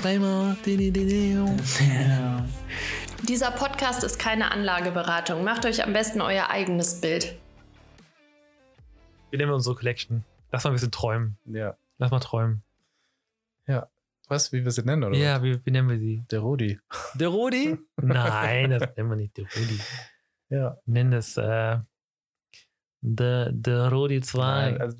Disclaimer. Dieser Podcast ist keine Anlageberatung. Macht euch am besten euer eigenes Bild. Wir nehmen unsere Collection. Lass mal ein bisschen träumen. Ja. Lass mal träumen. Ja. Was, wie wir sie nennen, oder? Ja, wie nennen wir sie? Der Rudi. Der Rudi? Nein, das nennen wir nicht der Rudi. Ja. Wir nennen das der Rudi 2. Nein,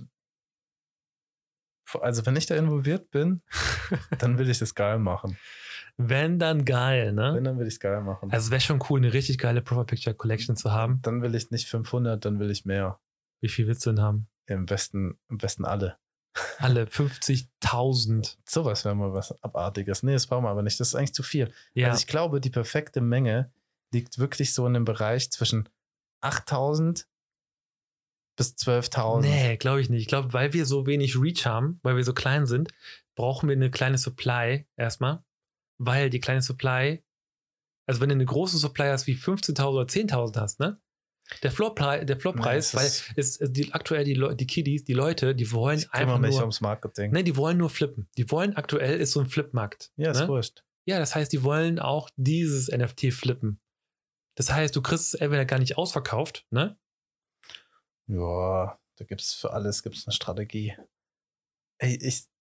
also wenn ich da involviert bin, dann will ich das geil machen. Wenn, dann geil, ne? Wenn, dann will ich es geil machen. Also es wäre schon cool, eine richtig geile Profile Picture Collection zu haben. Dann will ich nicht 500, dann will ich mehr. Wie viel willst du denn haben? Im besten alle. Alle 50.000. Sowas wäre mal was Abartiges. Nee, das brauchen wir aber nicht. Das ist eigentlich zu viel. Ja. Also ich glaube, die perfekte Menge liegt wirklich so in dem Bereich zwischen 8.000 bis 12.000. Nee, glaube ich nicht. Ich glaube, weil wir so wenig Reach haben, weil wir so klein sind, brauchen wir eine kleine Supply erstmal. Weil die kleine Supply, also wenn du eine große Supply hast wie 15.000 oder 10.000 hast, ne? Der Floorpreis, weil aktuell die Kiddies, die Leute, die wollen ich einfach mich nur ums Marketing. Ne, die wollen nur flippen. Die wollen aktuell ist so ein Flipmarkt. Ja, ist ne? wurscht. Ja, das heißt, die wollen auch dieses NFT flippen. Das heißt, du kriegst es entweder gar nicht ausverkauft, ne? Ja, da gibt es für alles eine Strategie. Ey,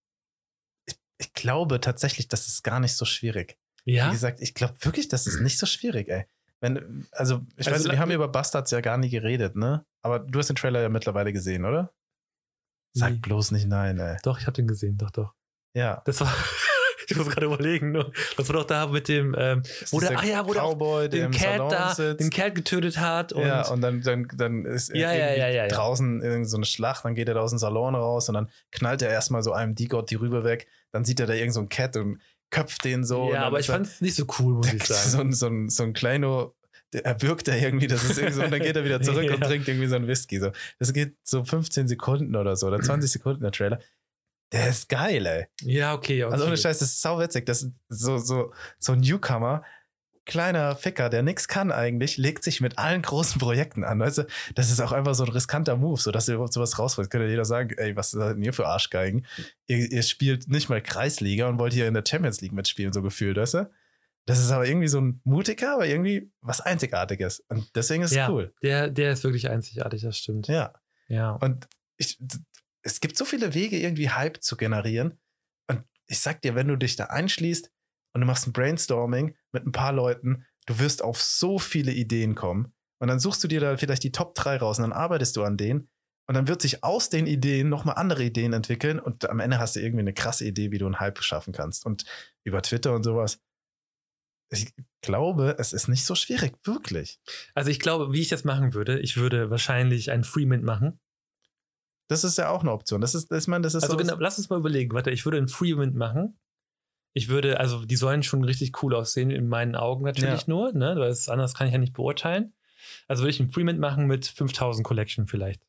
ich glaube tatsächlich, das ist gar nicht so schwierig. Ja. Wie gesagt, ich glaube wirklich, das ist nicht so schwierig, ey. Ich weiß nicht, wir haben über Bastards ja gar nie geredet, ne? Aber du hast den Trailer ja mittlerweile gesehen, oder? Sag Nee. bloß nicht nein, ey. Doch, ich habe den gesehen, doch. Ja. Das war, ich muss gerade überlegen, nur. Das war doch da mit dem, wo der Cowboy, der den im Cat Salon da, sitzt. den Cat getötet hat. Und ja, und dann ist Ja. draußen irgend so eine Schlacht, dann geht er da aus dem Salon raus und dann knallt er erstmal so einem Digott die Rübe weg, dann sieht er da irgend so ein Cat und köpft den so. Ja, aber ich fand es nicht so cool, muss ich sagen. So ein Kleino, er wirkt da irgendwie, das ist irgendwie so, und dann geht er wieder zurück und trinkt irgendwie so einen Whisky. So. Das geht so 15 Sekunden oder so, oder 20 Sekunden der Trailer. Der ist geil, ey. Ja, okay. Also ohne Scheiß, das ist sauwitzig. Das ist so ein Newcomer, kleiner Ficker, der nichts kann eigentlich, legt sich mit allen großen Projekten an. Weißt du, das ist auch einfach so ein riskanter Move, so dass ihr überhaupt sowas rausholt. Könnte jeder sagen, ey, was ist das denn hier für Arschgeigen? Ihr spielt nicht mal Kreisliga und wollt hier in der Champions League mitspielen, so gefühlt, weißt du? Das ist aber irgendwie so ein mutiger, aber irgendwie was Einzigartiges. Und deswegen ist es cool. Der ist wirklich einzigartig, das stimmt. Ja. Und es gibt so viele Wege, irgendwie Hype zu generieren. Und ich sag dir, wenn du dich da einschließt und du machst ein Brainstorming mit ein paar Leuten, du wirst auf so viele Ideen kommen. Und dann suchst du dir da vielleicht die Top 3 raus und dann arbeitest du an denen. Und dann wird sich aus den Ideen nochmal andere Ideen entwickeln. Und am Ende hast du irgendwie eine krasse Idee, wie du einen Hype schaffen kannst. Und über Twitter und sowas. Ich glaube, es ist nicht so schwierig, wirklich. Also ich glaube, wie ich das machen würde, ich würde wahrscheinlich einen Freemint machen. Das ist ja auch eine Option. Also so genau, lass uns mal überlegen. Warte, ich würde einen Freemint machen. Also die sollen schon richtig cool aussehen, in meinen Augen natürlich nur, ne? Weil anders kann ich ja nicht beurteilen. Also würde ich einen Freemint machen mit 5.000 Collection vielleicht.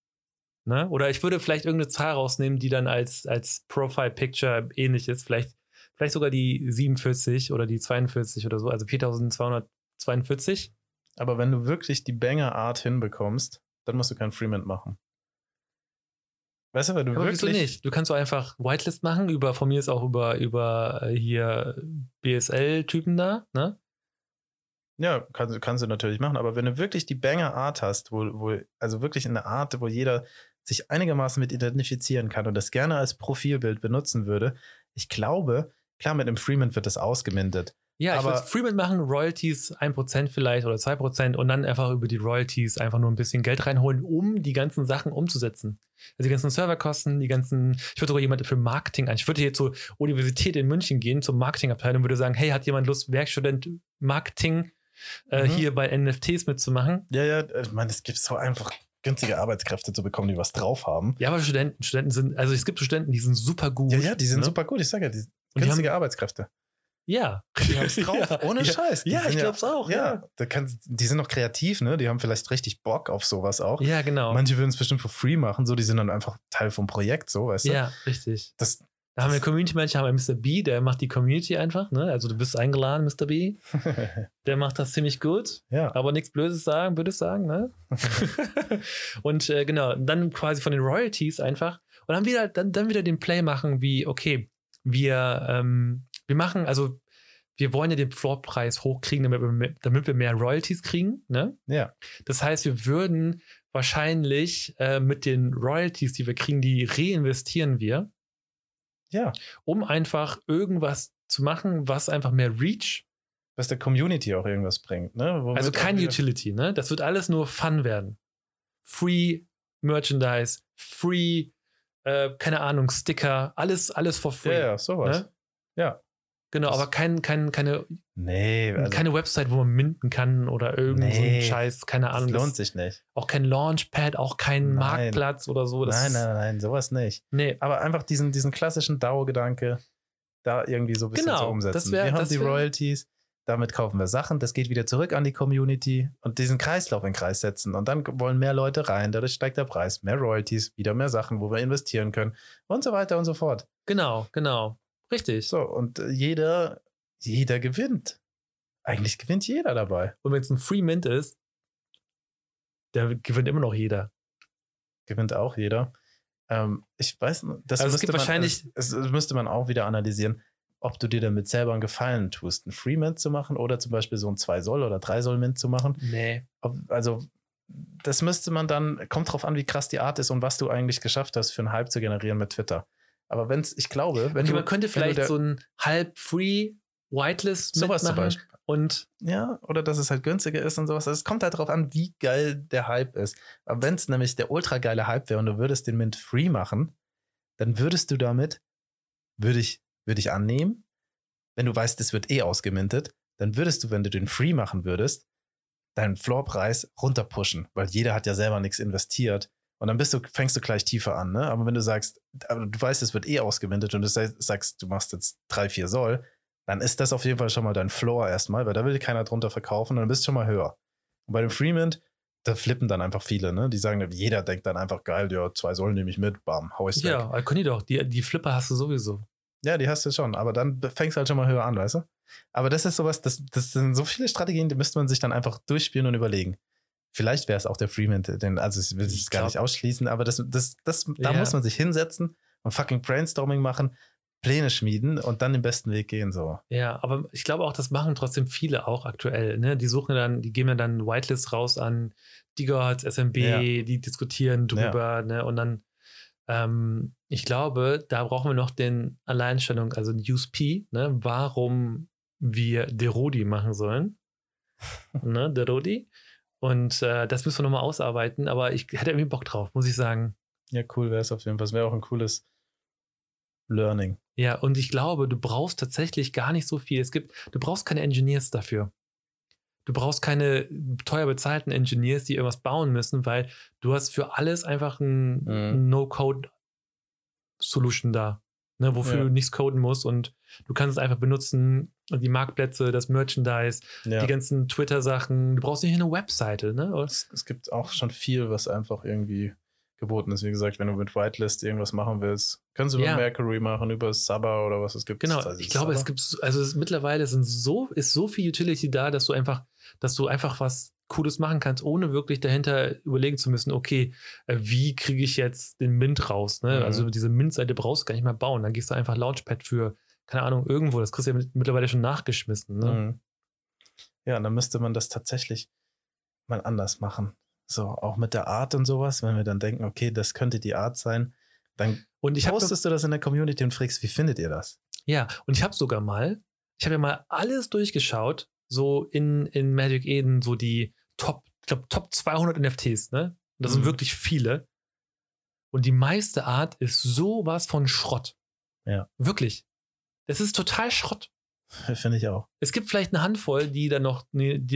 Ne? Oder ich würde vielleicht irgendeine Zahl rausnehmen, die dann als Profile Picture ähnlich ist. Vielleicht sogar die 47 oder die 42 oder so, also 4.242. Aber wenn du wirklich die Banger-Art hinbekommst, dann musst du keinen Freemint machen. Weißt du, weil du aber wirklich... wieso nicht? Du kannst so einfach Whitelist machen, von mir ist auch über hier BSL-Typen da, ne? Ja, kannst du natürlich machen, aber wenn du wirklich die Banger-Art hast, also wirklich eine Art, wo jeder sich einigermaßen mit identifizieren kann und das gerne als Profilbild benutzen würde, ich glaube, klar, mit einem Freemint wird das ausgemintet. Ja, ich würde Freemint machen, Royalties 1% vielleicht oder 2% und dann einfach über die Royalties einfach nur ein bisschen Geld reinholen, um die ganzen Sachen umzusetzen. Also die ganzen Serverkosten, ich würde sogar jemand für Marketing ich würde jetzt zur Universität in München gehen, zur Marketingabteilung und würde sagen, hey, hat jemand Lust, Werkstudent Marketing hier bei NFTs mitzumachen? Ja, ich meine, es gibt so einfach günstige Arbeitskräfte zu bekommen, die was drauf haben. Ja, aber Studenten sind, also es gibt Studenten, die sind super gut. Ja, die sind super gut, ich sage ja, die günstige Arbeitskräfte. Ja. Die haben es drauf, ohne Scheiß. Ja, ich glaube es auch. Ja. Die sind noch kreativ, ne? Die haben vielleicht richtig Bock auf sowas auch. Ja, genau. Manche würden es bestimmt for free machen, so, die sind dann einfach Teil vom Projekt, so, weißt du? Ja, richtig. Da haben wir Community-Manager, haben wir Mr. B, der macht die Community einfach, ne? Also du bist eingeladen, Mr. B. Der macht das ziemlich gut. Ja. Aber nichts Blödes sagen, würde ich sagen, ne? Und genau, dann quasi von den Royalties einfach. Und dann wieder den Play machen, wie, okay, wir wir wollen ja den Floorpreis hochkriegen, damit wir mehr Royalties kriegen. Ne? Ja. Das heißt, wir würden wahrscheinlich mit den Royalties, die wir kriegen, die reinvestieren wir. Ja. Um einfach irgendwas zu machen, was einfach mehr Reach. Was der Community auch irgendwas bringt. Ne? Also keine Utility. Ne? Das wird alles nur Fun werden. Free Merchandise, free, keine Ahnung, Sticker, alles for free. Ja, sowas. Ne? Ja. Genau, aber keine Website, wo man minten kann oder irgend so ein Scheiß, keine Ahnung. Das lohnt sich nicht. Auch kein Launchpad, auch kein Marktplatz oder so. Nein, sowas nicht. Nee. Aber einfach diesen klassischen DAO-Gedanke da irgendwie so ein bisschen zu umsetzen. Wir haben die Royalties, damit kaufen wir Sachen, das geht wieder zurück an die Community und diesen Kreislauf in den Kreis setzen und dann wollen mehr Leute rein, dadurch steigt der Preis, mehr Royalties, wieder mehr Sachen, wo wir investieren können und so weiter und so fort. Genau. Richtig. So, und jeder gewinnt. Eigentlich gewinnt jeder dabei. Und wenn es ein Free Mint ist, der gewinnt immer noch jeder. Gewinnt auch jeder. Ich weiß nicht, das müsste man auch wieder analysieren, ob du dir damit selber einen Gefallen tust, einen Free Mint zu machen oder zum Beispiel so ein 2 Soll oder 3 Soll Mint zu machen. Nee. Das müsste man dann, kommt drauf an, wie krass die Art ist und was du eigentlich geschafft hast, für einen Hype zu generieren mit Twitter. Aber man könnte vielleicht so ein halb-free Whitelist sowas mitmachen. Zum Beispiel. Und ja, oder dass es halt günstiger ist und sowas. Also es kommt halt darauf an, wie geil der Hype ist. Aber wenn es nämlich der ultra geile Hype wäre und du würdest den Mint free machen, dann würdest du damit, würde ich annehmen, wenn du weißt, es wird ausgemintet, dann würdest du, wenn du den free machen würdest, deinen Floorpreis runterpushen, weil jeder hat ja selber nichts investiert. Und dann fängst du gleich tiefer an, ne? Aber wenn du sagst, du weißt, es wird ausgemintet und du sagst, du machst jetzt 3, 4 Soll, dann ist das auf jeden Fall schon mal dein Floor erstmal, weil da will keiner drunter verkaufen und dann bist du schon mal höher. Und bei dem Freemint, da flippen dann einfach viele, ne? Die sagen, jeder denkt dann einfach, geil, ja, 2 Soll nehme ich mit, bam, hau ich's weg. Ja, können die doch. Die Flipper hast du sowieso. Ja, die hast du schon, aber dann fängst du halt schon mal höher an, weißt du? Aber das ist sowas, das sind so viele Strategien, die müsste man sich dann einfach durchspielen und überlegen. Vielleicht wäre es auch der Freemint, also ich will es gar nicht ausschließen, aber da muss man sich hinsetzen und fucking Brainstorming machen, Pläne schmieden und dann den besten Weg gehen, so. Ja, aber ich glaube auch, das machen trotzdem viele auch aktuell, ne? Die geben ja dann Whitelist raus an Digots, SMB, die diskutieren drüber, ne? Und dann ich glaube, da brauchen wir noch den Alleinstellung, also den USP, ne? Warum wir Derodi machen sollen. Ne? Derodi. Und das müssen wir nochmal ausarbeiten, aber ich hätte irgendwie Bock drauf, muss ich sagen. Ja, cool wäre es auf jeden Fall. Das wäre auch ein cooles Learning. Ja, und ich glaube, du brauchst tatsächlich gar nicht so viel. Du brauchst keine Engineers dafür. Du brauchst keine teuer bezahlten Engineers, die irgendwas bauen müssen, weil du hast für alles einfach ein No-Code-Solution da, ne, wofür du nichts coden musst und du kannst es einfach benutzen, die Marktplätze, das Merchandise, die ganzen Twitter-Sachen. Du brauchst nicht eine Webseite, ne? Es gibt auch schon viel, was einfach irgendwie geboten ist. Wie gesagt, wenn du mit Whitelist irgendwas machen willst, kannst du über Mercury machen, über Sabber oder was es gibt. Genau, ich glaube, mittlerweile ist so viel Utility da, dass du einfach was Cooles machen kannst, ohne wirklich dahinter überlegen zu müssen, okay, wie kriege ich jetzt den Mint raus? Ne? Also diese Mint-Seite brauchst du gar nicht mehr bauen. Dann gehst du einfach Launchpad für, keine Ahnung, irgendwo. Das kriegst du ja mittlerweile schon nachgeschmissen. Ne? Ja, und dann müsste man das tatsächlich mal anders machen. So, auch mit der Art und sowas, wenn wir dann denken, okay, das könnte die Art sein, dann postest du das in der Community und fragst, wie findet ihr das? Ja, und ich habe ja mal alles durchgeschaut, so in Magic Eden, so die Top 200 NFTs, ne? Das sind wirklich viele. Und die meiste Art ist sowas von Schrott. Ja. Wirklich. Das ist total Schrott. Finde ich auch. Es gibt vielleicht eine Handvoll, die da noch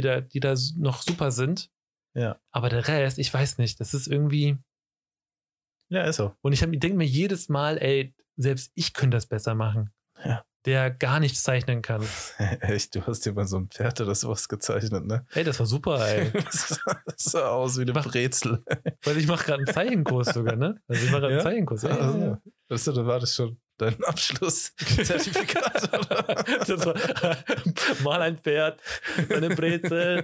super sind. Ja. Aber der Rest, ich weiß nicht, das ist irgendwie. Ja, ist so. Und ich denke mir jedes Mal, ey, selbst ich könnte das besser machen. Ja. Der gar nichts zeichnen kann. Echt, du hast dir mal so ein Pferd oder sowas gezeichnet, ne? Ey, das war super, ey. Das sah aus wie eine Brezel. Weil ich mache gerade einen Zeichenkurs sogar, ne? Also ich mache gerade einen Zeichenkurs. Ja, ja. Weißt du, da war das schon dein Abschlusszertifikat, oder? Das war, mal ein Pferd, eine Brezel,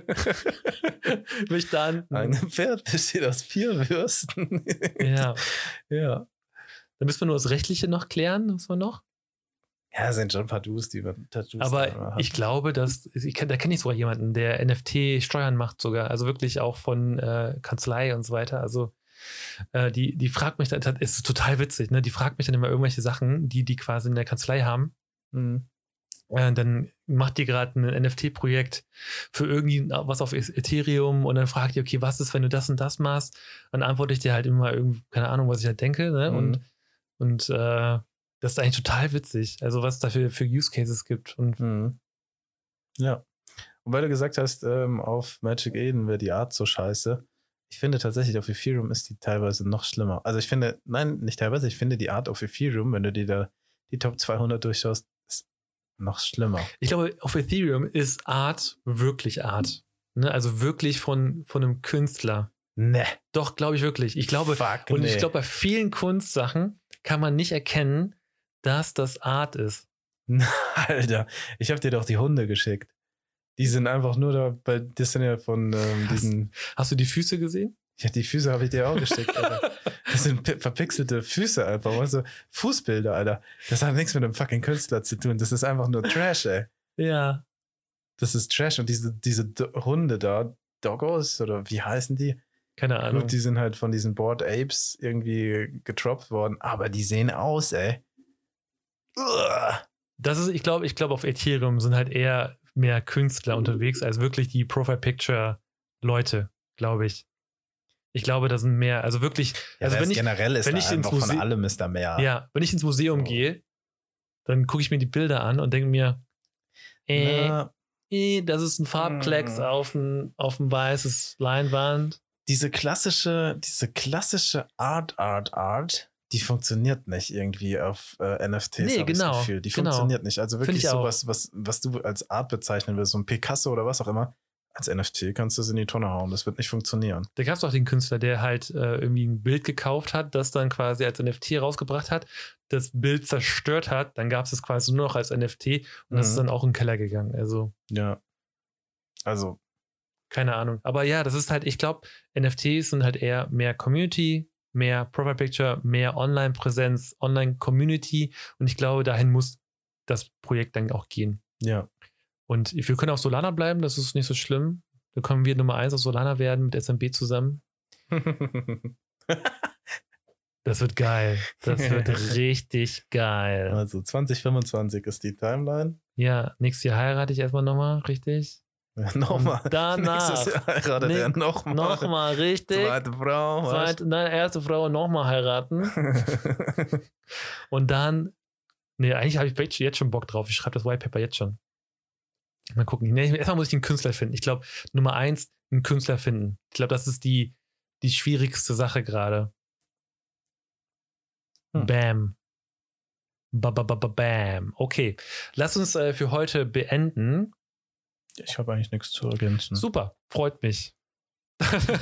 bestanden. Ein Pferd besteht aus 4 Würsten. Ja. Ja. Dann müssen wir nur das Rechtliche noch klären. Was war noch? Ja, sind schon ein paar Tattoos, die man Tattoos Aber ich glaube, da kenne ich sogar jemanden, der NFT-Steuern macht sogar. Also wirklich auch von Kanzlei und so weiter. Also die fragt mich dann, es ist total witzig, ne? Die fragt mich dann immer irgendwelche Sachen, die quasi in der Kanzlei haben. Mhm. Dann macht die gerade ein NFT-Projekt für irgendwie was auf Ethereum und dann fragt die, okay, was ist, wenn du das und das machst? Dann antworte ich dir halt immer irgendwie, keine Ahnung, was ich halt denke, ne? Und das ist eigentlich total witzig, also was es da für Use Cases gibt. Und ja. Und weil du gesagt hast, auf Magic Eden wäre die Art so scheiße, ich finde tatsächlich, auf Ethereum ist die teilweise noch schlimmer. Also ich finde, nein, nicht teilweise, ich finde die Art auf Ethereum, wenn du dir da die Top 200 durchschaust, ist noch schlimmer. Ich glaube, auf Ethereum ist Art wirklich Art. Ne? Also wirklich von einem Künstler. Ne. Doch, glaube ich wirklich. Ich glaube, ich glaube, bei vielen Kunstsachen kann man nicht erkennen, dass das Art ist. Alter, ich habe dir doch die Hunde geschickt. Die sind einfach nur da, das sind ja von diesen... Hast du die Füße gesehen? Ja, die Füße habe ich dir auch geschickt, Alter. Das sind verpixelte Füße einfach, also Fußbilder, Alter. Das hat nichts mit einem fucking Künstler zu tun. Das ist einfach nur Trash, ey. Ja. Das ist Trash und diese Hunde da, Doggos oder wie heißen die? Keine Ahnung. Gut, die sind halt von diesen Bored Apes irgendwie getroppt worden, aber die sehen aus, ey. Das ist, ich glaube, auf Ethereum sind halt eher mehr Künstler unterwegs als wirklich die Profile-Picture-Leute, glaube ich. Ich glaube, da sind mehr, also wirklich, ja, also wenn generell ist wenn da ich einfach von allem ist da mehr. Ja, wenn ich ins Museum gehe, dann gucke ich mir die Bilder an und denke mir, das ist ein Farbklecks auf ein weißes Leinwand. Diese klassische Art, die funktioniert nicht irgendwie auf NFTs, nee, genau, das Gefühl. Die funktioniert nicht. Also wirklich sowas, was du als Art bezeichnen willst, so ein Picasso oder was auch immer, als NFT kannst du es in die Tonne hauen. Das wird nicht funktionieren. Da gab es auch den Künstler, der halt irgendwie ein Bild gekauft hat, das dann quasi als NFT rausgebracht hat, das Bild zerstört hat, dann gab es quasi nur noch als NFT und das ist dann auch in den Keller gegangen. Also ja. Also keine Ahnung. Aber ja, das ist halt, ich glaube, NFTs sind halt eher mehr Community, mehr Profile Picture, mehr Online-Präsenz, Online-Community und ich glaube, dahin muss das Projekt dann auch gehen. Ja. Und wir können auf Solana bleiben, das ist nicht so schlimm. Da können wir Nummer 1 auf Solana werden mit SMB zusammen. Das wird geil. Das wird richtig geil. Also 2025 ist die Timeline. Ja, nächstes Jahr heirate ich erstmal nochmal, richtig? Ja, nochmal. Danach. Nächstes Jahr heiratet er nochmal. Nochmal, richtig. Zweite Frau. Erste Frau nochmal heiraten. Und dann, eigentlich habe ich jetzt schon Bock drauf. Ich schreibe das White Paper jetzt schon. Mal gucken. Erstmal muss ich einen Künstler finden. Ich glaube, Nummer 1, einen Künstler finden. Ich glaube, das ist die schwierigste Sache gerade. Bam. Bam. Okay. Lass uns für heute beenden. Ich habe eigentlich nichts zu ergänzen. Super. Freut mich.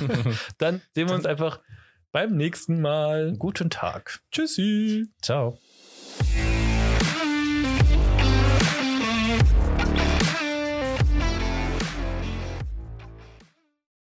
Dann sehen wir uns einfach beim nächsten Mal. Guten Tag. Tschüssi. Ciao.